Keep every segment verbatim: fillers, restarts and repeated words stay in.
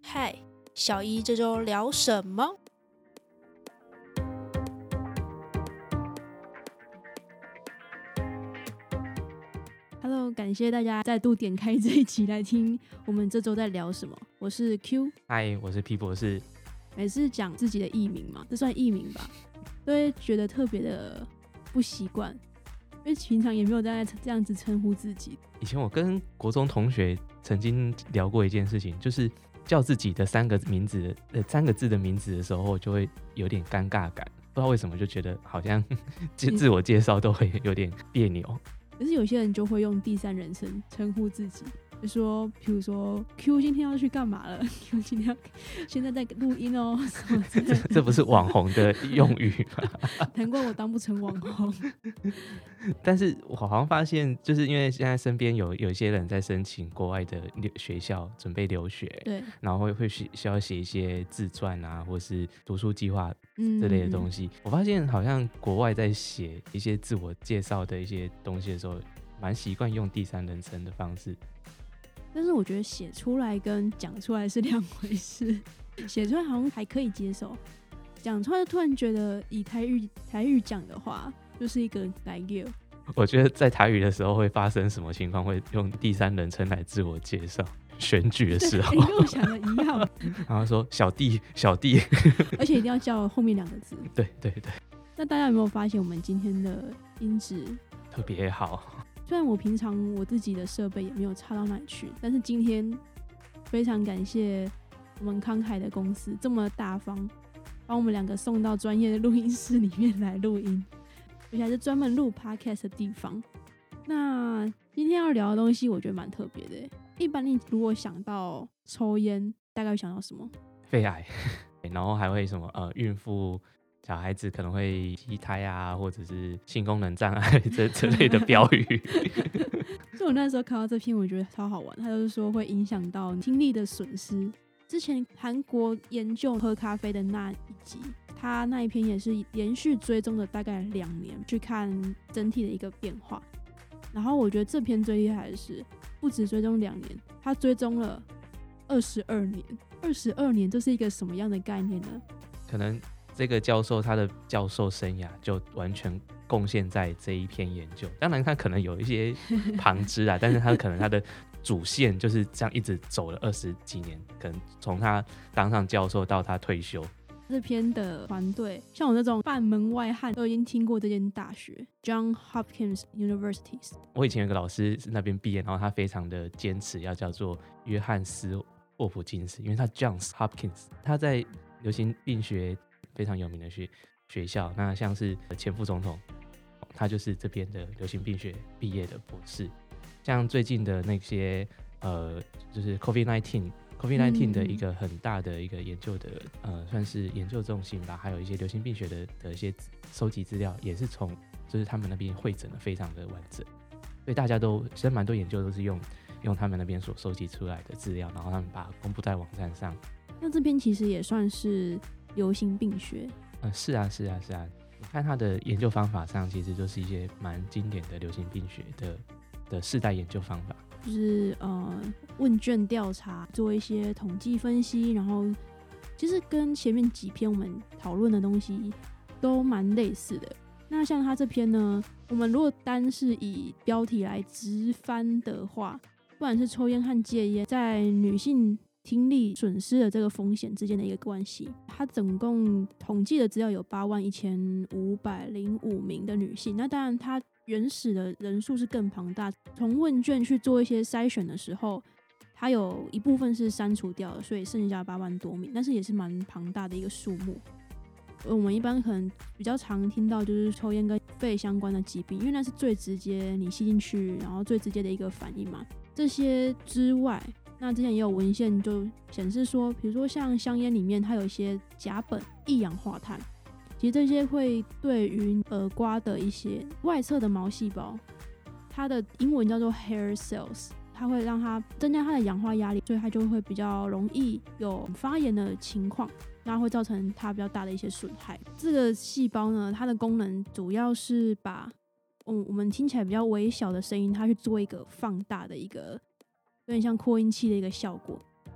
嗨，小一这周聊什么 ？Hello， 感谢大家再度点开这一集来听我们这周在聊什么。我是 Q， 嗨，我是 P 博士。 每次讲自己的艺名嘛，这算艺名吧，都会觉得特别的不习惯，因为平常也没有在这样子称呼自己。 以前我跟国中同学曾经聊过一件事情，就是叫自己的三个名字呃三个字的名字的时候，就会有点尴尬感，不知道为什么就觉得好像自我介绍都会有点别扭。 可是有些人就会用第三人称称呼自己，就说，比如说 Q 今天要去干嘛了 ？Q 今天要现在在录音哦，什么之类的。 这不是网红的用语吗？ 难怪我当不成网红。 但是我好像发现，就是因为现在身边有有一些人在申请国外的学校准备留学， 对， 然后会会需要写一些自传啊，或是读书计划这类的东西。嗯、我发现好像国外在写一些自我介绍的一些东西的时候，蛮习惯用第三人称的方式。 但是我觉得写出来跟讲出来是两回事，写出来好像还可以接受，讲出来突然觉得以台语台语讲的话，就是一个来由。 我觉得在台语的时候会发生什么情况？会用第三人称来自我介绍？选举的时候， 你跟我想的一样。 然后说小弟小弟， 而且一定要叫后面两个字。 对对对。 那大家有没有发现我们今天的音质特别好？ 虽然我平常我自己的设备也没有差到哪里去，但是今天非常感谢我们慷慨的公司这么大方，把我们两个送到专业的录音室里面来录音，而且还是专门录 podcast 的地方。那今天要聊的东西我觉得蛮特别的。一般你如果想到抽烟，大概会想到什么？ 肺癌，然后还会什么呃孕妇、小孩子可能会畸胎啊，或者是性功能障碍这之类的标语。 所以我那时候看到这篇，我觉得超好玩。他就是说会影响到听力的损失。之前韩国研究喝咖啡的那一集，他那一篇也是连续追踪了大概两年，去看整体的一个变化。然后我觉得这篇最厉害的是，不止追踪两年，他追踪了二十二年。二十二年，这是一个什么样的概念呢？ 可能这个教授他的教授生涯就完全贡献在这一篇研究，当然他可能有一些旁支啊，但是他可能他的主线就是这样一直走了二十几年，可能从他当上教授到他退休。 这篇的团队像我那种半门外汉都已经听过这间大学 John Hopkins University。 我以前有个老师是那边毕业，然后他非常的坚持要叫做约翰斯霍普金斯，因为他 John Hopkins 他在流行病学非常有名的 学, 学校，那像是前副总统，他就是这边的流行病学毕业的博士。像最近的那些呃，就是 COVID 十九 COVID 十九 的一个很大的一个研究的、嗯、呃，算是研究重心吧，还有一些流行病学 的, 的一些收集资料，也是从就是他们那边汇整的非常的完整，所以大家都其实蛮多研究都是用用他们那边所收集出来的资料，然后他们把它公布在网站上。 那这边其实也算是流行病学。 呃，是啊是啊是啊，你看他的研究方法上其实就是一些蛮经典的流行病学的的世代研究方法， 就是呃问卷调查，做一些统计分析，然后其实跟前面几篇我们讨论的东西都蛮类似的。那像他这篇呢，我们如果单是以标题来直翻的话，不管是抽烟和戒烟在女性听力损失的这个风险之间的一个关系，它总共统计的资料有八万一千五百零五名的女性。那当然它原始的人数是更庞大，从问卷去做一些筛选的时候，它有一部分是删除掉的，所以剩下八万多名，但是也是蛮庞大的一个数目。我们一般可能比较常听到就是抽烟跟肺相关的疾病，因为那是最直接你吸进去然后最直接的一个反应嘛。这些之外，那之前也有文献就显示说，比如说像香烟里面它有一些甲苯、一氧化碳，其实这些会对于耳瓜的一些外侧的毛细胞，它的英文叫做 hair cells， 它会让它增加它的氧化压力，所以它就会比较容易有发炎的情况，那会造成它比较大的一些损害。这个细胞呢，它的功能主要是把我们听起来比较微小的声音，它去做一个放大的一个有点像扩音器的一个效果。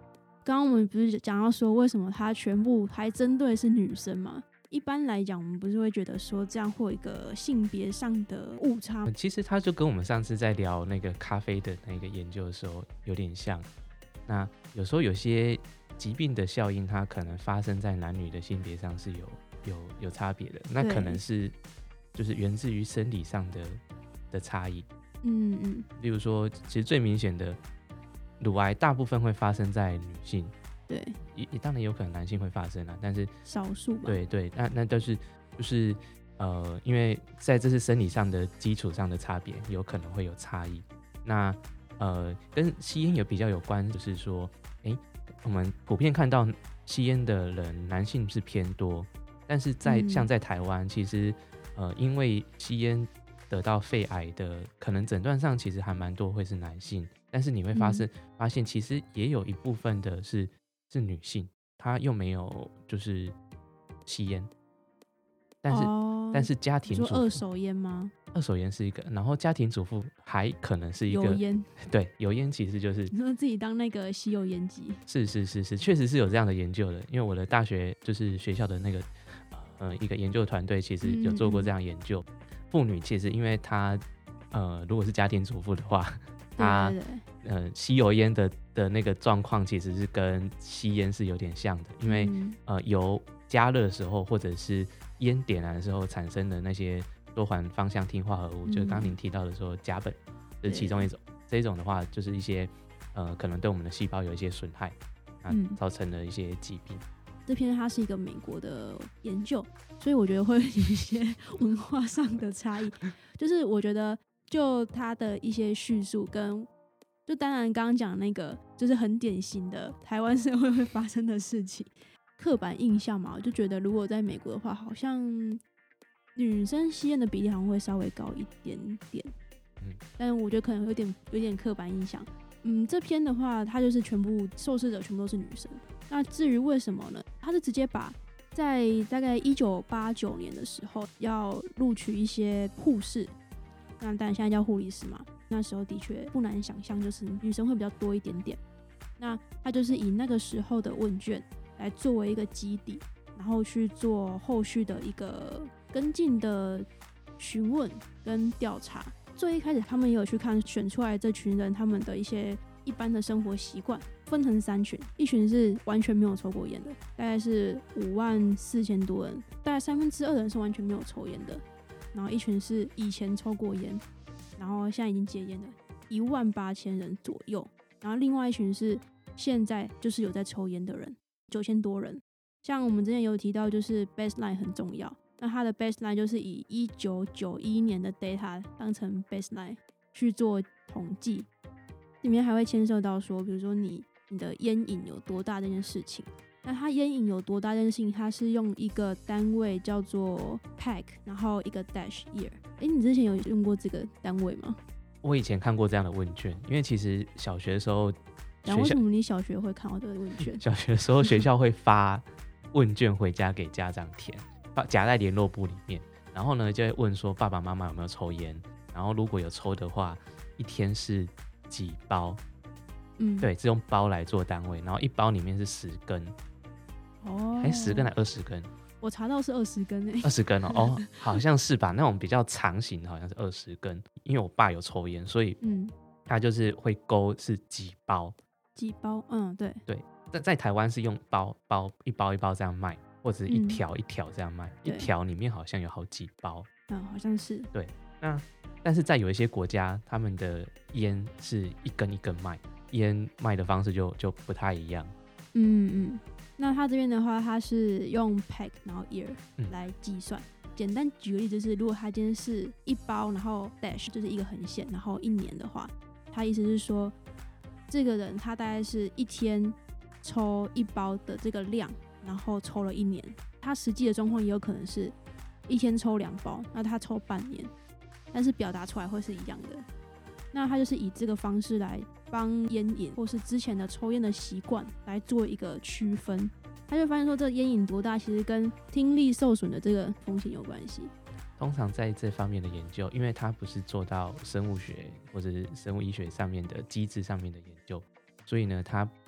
刚刚我们不是讲到说为什么它全部还针对是女生嘛？一般来讲，我们不是会觉得说这样会有一个性别上的误差、 嗯、其实它就跟我们上次在聊那个咖啡的那个研究的时候有点像。那有时候有些疾病的效应，它可能发生在男女的性别上是有有有差别的，那可能是就是源自于生理上的的差异。 嗯嗯， 例如说，其实最明显的乳癌大部分会发生在女性， 对， 也也当然有可能男性会发生啦，但是少数吧。 对对，那那都是就是呃，因为在这是生理上的基础上的差别，有可能会有差异。那呃，跟吸烟也比较有关，就是说，哎，我们普遍看到吸烟的人，男性是偏多，但是在、嗯、像在台湾，其实呃，因为吸烟得到肺癌的，可能诊断上其实还蛮多会是男性，但是你会发现、嗯、发现其实也有一部分的是是女性，她又没有就是吸烟，但是、哦、但是家庭主妇， 你说二手烟吗？ 二手烟是一个，然后家庭主妇还可能是一个油烟， 对，油烟其实就是你说自己当那个吸油烟机， 是是是是，确实是有这样的研究的，因为我的大学就是学校的那个呃一个研究团队，其实有做过这样研究。妇、嗯、女其实因为她呃如果是家庭主妇的话，她呃吸油烟的的那个状况其实是跟吸烟是有点像的，因为、嗯、呃油加热的时候或者是烟点燃的时候产生的那些多环芳香烃化合物，嗯、就是刚刚您提到的说甲苯，这、就是其中一种。这一种的话，就是一些呃可能对我们的细胞有一些损害，啊，造成了一些疾病。 嗯、这篇它是一个美国的研究，所以我觉得会有一些文化上的差异。就是我觉得就它的一些叙述跟，就当然刚刚讲那个就是很典型的台湾社会会发生的事情，刻板印象嘛，我就觉得如果在美国的话，好像女生吸烟的比例好像会稍微高一点点。嗯、但我觉得可能有点有点刻板印象。嗯，这篇的话，它就是全部受试者全部都是女生。那至于为什么呢？它是直接把在大概一九八九年的时候要录取一些护士，那当然现在叫护理师嘛。那时候的确不难想象，就是女生会比较多一点点。那它就是以那个时候的问卷来作为一个基底，然后去做后续的一个跟进的询问跟调查。最一开始他们也有去看选出来这群人他们的一些一般的生活习惯，分成三群，一群是完全没有抽过烟的，大概是五万四千多人，大概三分之二的人是完全没有抽烟的，然后一群是以前抽过烟，然后现在已经戒烟了，一万八千人左右，然后另外一群是现在就是有在抽烟的人，九千多人。像我们之前有提到，就是 baseline 很重要。那它的 baseline 就是以一九九一年的 data 当成 baseline 去做统计，里面还会牵涉到说，比如说你你的烟瘾有多大这件事情。那它烟瘾有多大这件事情，它是用一个单位叫做 pack， 然后一个 dash year。哎，你之前有用过这个单位吗？ 我以前看过这样的问卷，因为其实小学的时候， 然后为什么你小学会看到这个问卷？ 小学的时候学校会发问卷回家给家长填。夹在联络簿里面，然后呢就会问说爸爸妈妈有没有抽烟，然后如果有抽的话，一天是几包？嗯，对，是用包来做单位，然后一包里面是十根，哦，还十根还二十根？ 我查到是二十根诶， 二十根哦，哦，好像是吧？那种比较长型的好像是二十根，因为我爸有抽烟，所以嗯，他就是会勾是几包， 几包，嗯，对对，在在台湾是用包包一包一包这样卖。或者一条一条这样卖，嗯、一条里面好像有好几包， 嗯，好像是。 对，那但是在有一些国家，他们的烟是一根一根卖，烟卖的方式就就不太一样。 嗯嗯，那他这边的话，他是用 pack 然后 year 来计算。嗯、简单举个例子是，如果他今天是一包，然后 dash 就是一个横线，然后一年的话，他意思是说，这个人他大概是一天抽一包的这个量。然后抽了一年，他实际的状况也有可能是一天抽两包，那他抽半年，但是表达出来会是一样的。那他就是以这个方式来帮烟瘾或是之前的抽烟的习惯来做一个区分。他就发现说，这烟瘾多大其实跟听力受损的这个风险有关系。 通常在这方面的研究，因为它不是做到生物学或者是生物医学上面的机制上面的研究，所以呢，它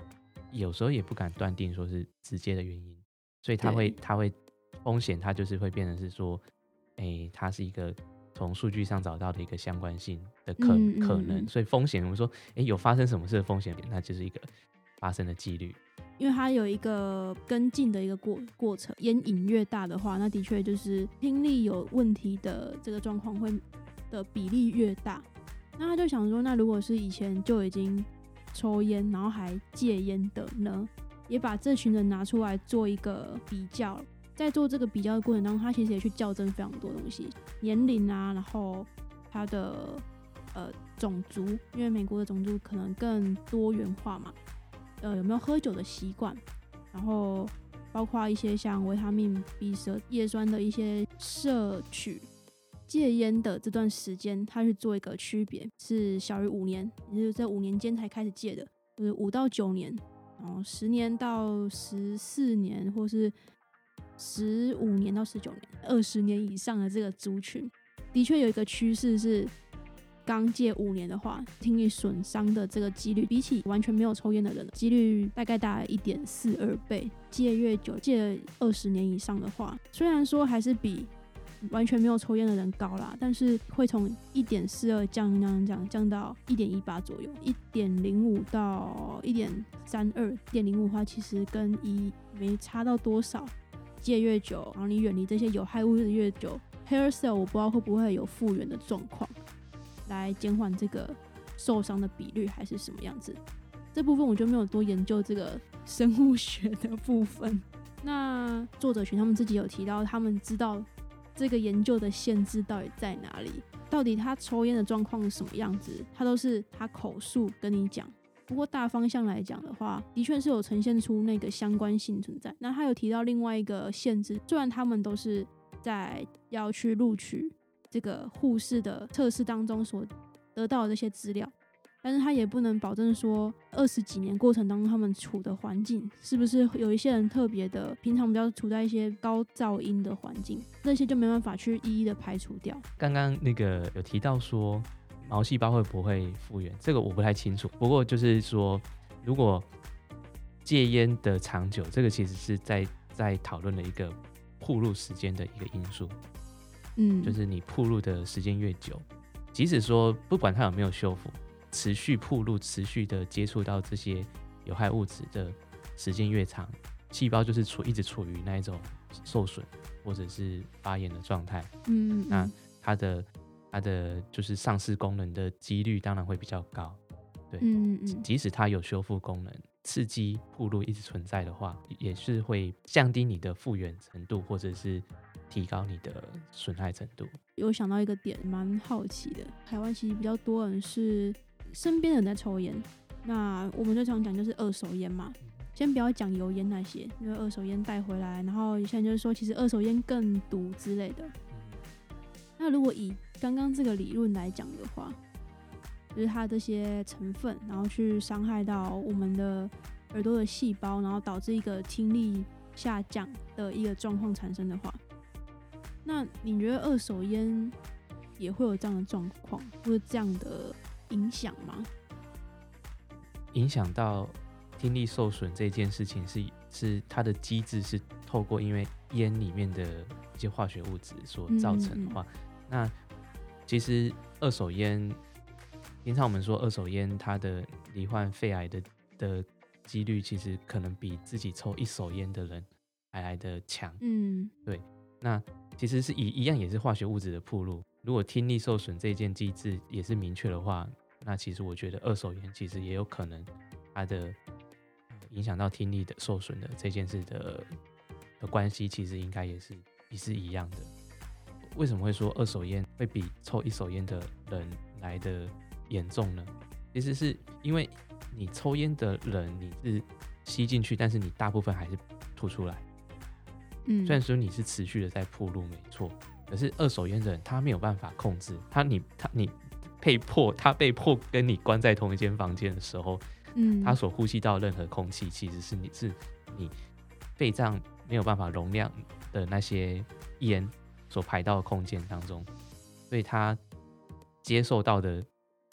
有时候也不敢断定说是直接的原因，所以它会它会风险，它就是会变成是说，哎，它是一个从数据上找到的一个相关性的可、 嗯嗯可能， 嗯所以风险我们说，哎，有发生什么事的风险，那就是一个发生的几率。 因为它有一个跟进的一个过过程，烟瘾越大的话，那的确就是听力有问题的这个状况会的比例越大。那他就想说，那如果是以前就已经抽烟，然后还戒烟的呢，也把这群人拿出来做一个比较。在做这个比较的过程当中，他其实也去校正非常多东西，年龄啊，然后他的呃种族，因为美国的种族可能更多元化嘛。呃，有没有喝酒的习惯，然后包括一些像维他命 B 十二、叶酸的一些摄取，戒烟的这段时间，它去做一个区别，是小于五年，也就是在五年间才开始戒的，就是五到九年，然后十年到十四年，或是十五年到十九年、二十年以上的这个族群，的确有一个趋势是。刚戒五年的话，听力损伤的这个几率，比起完全没有抽烟的人，几率大概大概一点四二倍。戒越久，戒二十年以上的话，虽然说还是比完全没有抽烟的人高啦，但是会从一点四二降降降降到一点一八左右，一点零五到一点三二，一点零五的话，其实跟一没差到多少。戒越久，然后你远离这些有害物质越久 ，hair cell 我不知道会不会有复原的状况。来减缓这个受伤的比率还是什么样子，这部分我就没有多研究这个生物学的部分。那作者群他们自己有提到，他们知道这个研究的限制到底在哪里，到底他抽烟的状况是什么样子，他都是他口述跟你讲。不过大方向来讲的话，的确是有呈现出那个相关性存在。那他有提到另外一个限制，虽然他们都是在要去录取这个护士的测试当中所得到的这些资料，但是他也不能保证说二十几年过程当中他们处的环境是不是有一些人特别的平常比较处在一些高噪音的环境，那些就没办法去一一的排除掉。 刚刚那个有提到说毛细胞会不会复原，这个我不太清楚，不过就是说如果戒烟的长久，这个其实是在在讨论的一个暴露时间的一个因素。 嗯， 就是你暴露的时间越久，即使说不管它有没有修复，持续暴露、持续的接触到这些有害物质的时间越长，细胞就是处一直处于那一种受损或者是发炎的状态。 嗯, 嗯， 那它的它的就是丧失功能的几率当然会比较高。对， 嗯嗯， 即使它有修复功能，刺激暴露一直存在的话，也是会降低你的复原程度，或者是提高你的损害程度。 有想到一个点，蛮好奇的。台湾其实比较多人是身边人在抽烟，那我们最常讲就是二手烟嘛。先不要讲油烟那些，因为二手烟带回来，然后有些人就是说，其实二手烟更毒之类的。那如果以刚刚这个理论来讲的话，就是它这些成分，然后去伤害到我们的耳朵的细胞，然后导致一个听力下降的一个状况产生的话，那你觉得二手烟也会有这样的状况，或者这样的影响吗？ 影响到听力受损这件事情是是它的机制是透过因为烟里面的一些化学物质所造成的话，嗯嗯嗯那其实二手烟，平常我们说二手烟它的罹患肺癌的的几率其实可能比自己抽一手烟的人还来得强。 嗯， 对，那其实是一一样也是化学物质的暴露。如果听力受损这件机制也是明确的话，那其实我觉得二手烟其实也有可能它的影响到听力的受损的这件事的的关系，其实应该也是也是一样的。为什么会说二手烟会比抽一手烟的人来的严重呢？其实是因为你抽烟的人你是吸进去，但是你大部分还是吐出来。 嗯， 虽然说你是持续的在暴露没错，可是二手烟的人他没有办法控制，他你他你被迫他被迫跟你关在同一间房间的时候， 嗯， 他所呼吸到任何空气其实是你是你肺脏没有办法容量的那些烟所排到的空间当中，所以他接受到的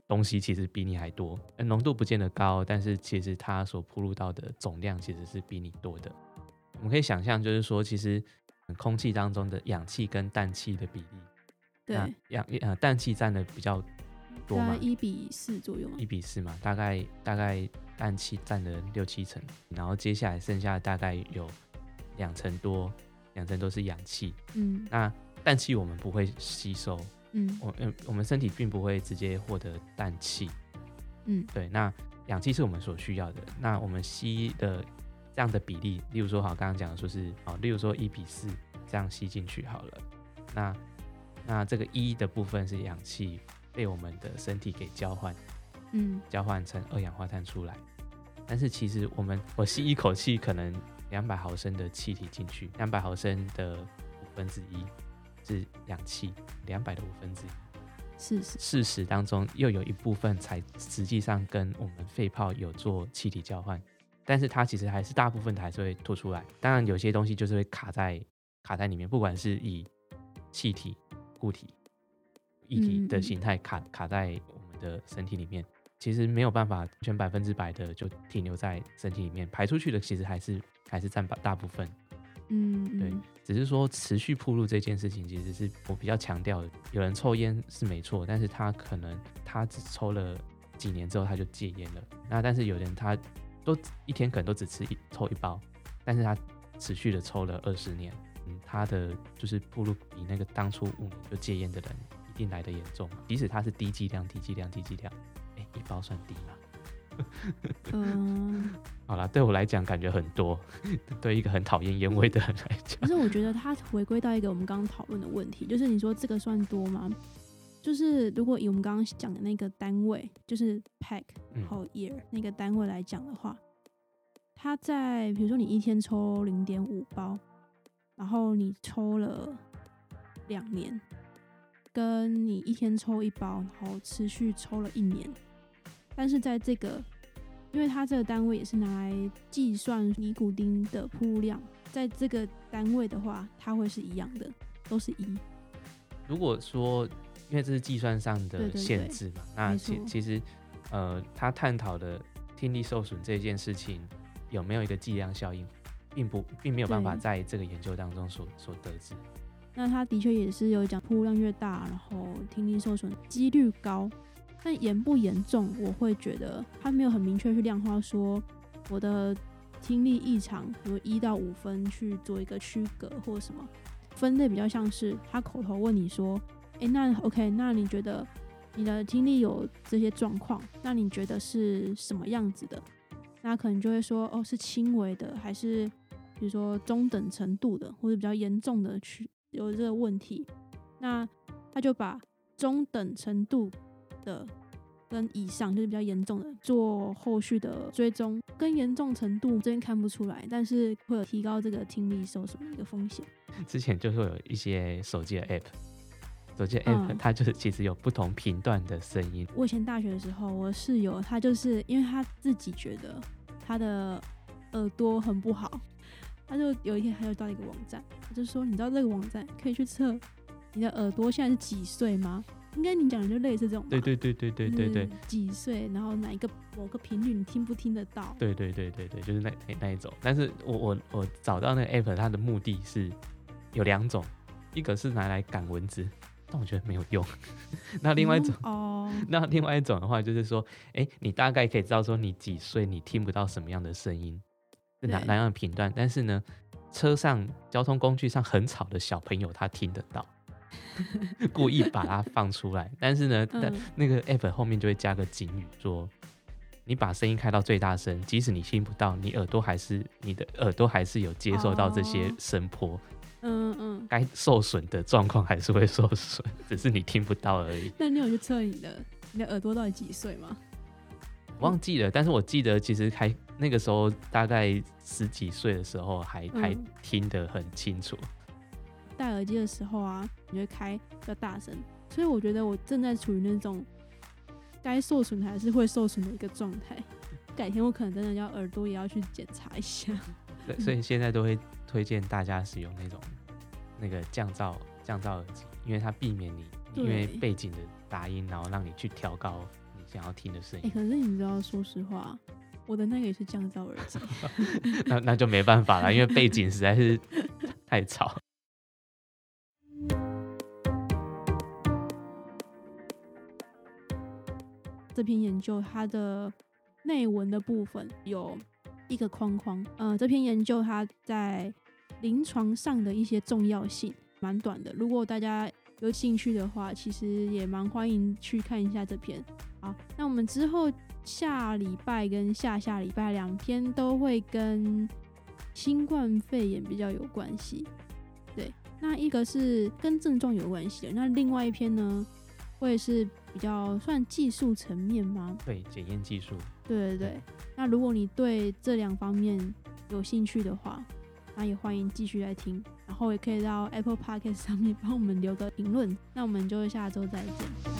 东西其实比你还多，浓度不见得高，但是其实它所铺入到的总量其实是比你多的。我们可以想象，就是说，其实空气当中的氧气跟氮气的比例， 对， 那氧呃氮气占的比较多嘛， 一比四左右嘛， 一比四嘛，大概大概氮气占了六七成，然后接下来剩下大概有两成多，两成都是氧气。嗯，那氮气我们不会吸收，嗯，我我们身体并不会直接获得氮气，嗯，对，那氧气是我们所需要的，那我们吸的这样的比例，例如说好，刚刚讲的说是好，例如说一比四这样吸进去好了，那那这个一的部分是氧气被我们的身体给交换，嗯，交换成二氧化碳出来。但是其实我们我吸一口气可能两百毫升的气体进去，两百毫升的五分之一是氧气，两百的五分之一。 事实事实当中又有一部分才实际上跟我们肺泡有做气体交换，但是它其实还是大部分的还是会吐出来。当然有些东西就是会卡在卡在里面，不管是以气体、固体、液体的形态卡、嗯、卡在我们的身体里面，其实没有办法全百分之百的就停留在身体里面，排出去的其实还是还是占大部分。嗯，对，只是说持续暴露这件事情，其实是我比较强调的。有人抽烟是没错，但是他可能他只抽了几年之后他就戒烟了。那但是有人他都一天可能都只吃一抽一包，但是他持续的抽了二十年，嗯，他的就是暴露比那个当初五年就戒烟的人一定来得严重。即使他是低剂量、低剂量、低剂量，哎，一包算低吗？嗯，好啦，对我来讲感觉很多，对一个很讨厌烟味的人来讲。 可是我觉得它回归到一个我们刚刚讨论的问题，就是你说这个算多吗？就是如果以我们刚刚讲的那个单位，就是 pack 和 year、嗯、那个单位来讲的话，它在比如说你一天抽 零点五 包，然后你抽了两年，跟你一天抽一包，然后持续抽了一年。但是在这个，因为它这个单位也是拿来计算尼古丁的铺入量，在这个单位的话，它会是一样的，都是一。 如果说，因为这是计算上的限制嘛，对对对，那其其实，呃，他探讨的听力受损这件事情有没有一个剂量效应，并不并没有办法在这个研究当中所所得知。 那他的确也是有讲铺入量越大，然后听力受损几率高。但严不严重，我会觉得他没有很明确去量化说我的听力异常，比如一到五分去做一个区隔或者什么分类，比较像是他口头问你说，哎、欸，那 OK， 那你觉得你的听力有这些状况，那你觉得是什么样子的？那可能就会说，哦，是轻微的，还是比如说中等程度的，或者比较严重的去有这个问题？那他就把中等程度的跟以上就是比较严重的做后续的追踪，跟严重程度这边看不出来，但是会有提高这个听力受损的一个风险。 之前就会有一些手机的 app， 手机的 app、嗯、它就是其实有不同频段的声音。 我以前大学的时候，我室友他就是因为他自己觉得他的耳朵很不好，他就有一天他就到一个网站，他就说，你知道这个网站可以去测你的耳朵现在是几岁吗？应该你讲的就类似这种吧， 对对对对对对对， 就是几岁，然后哪一个某个频率你听不听得到？ 对对对对对，就是那那一种。但是我我我找到那个 app， 它的目的是有两种，一个是拿来赶蚊子，但我觉得没有用。那另外一种、嗯、哦，那另外一种的话就是说，哎，你大概可以知道说你几岁，你听不到什么样的声音，是哪哪样的频段，但是呢，车上交通工具上很吵的小朋友他听得到。故意把它放出来，但是呢、嗯、那个 app 后面就会加个警语说，你把声音开到最大声，即使你听不到，你耳朵还是你的耳朵还是有接受到这些声波、哦、嗯嗯，该受损的状况还是会受损，只是你听不到而已。 那你有去测你的你的耳朵到底几岁吗？ 忘记了，但是我记得其实还那个时候大概十几岁的时候还、嗯、还听得很清楚。 戴耳机的时候啊，你会开比较大声，所以我觉得我正在处于那种该受损还是会受损的一个状态。改天我可能真的要耳朵也要去检查一下。 对，所以现在都会推荐大家使用那种那个降噪降噪耳机，因为它避免你因为背景的杂音，然后让你去调高你想要听的声哎、 音。 可是你知道，说实话，我的那个也是降噪耳机。 那那就没办法了，因为背景实在是太吵。 这篇研究它的内文的部分有一个框框，呃，这篇研究它在临床上的一些重要性蛮短的，如果大家有兴趣的话，其实也蛮欢迎去看一下这篇。好，那我们之后下礼拜跟下下礼拜两篇都会跟新冠肺炎比较有关系，对，那一个是跟症状有关系的，那另外一篇呢会是比较算技术层面吗？ 对，检验技术。 对对对，那如果你对这两方面有兴趣的话，那也欢迎继续来听，然后也可以到 Apple Podcast 上面帮我们留个评论。那我们就下周再见。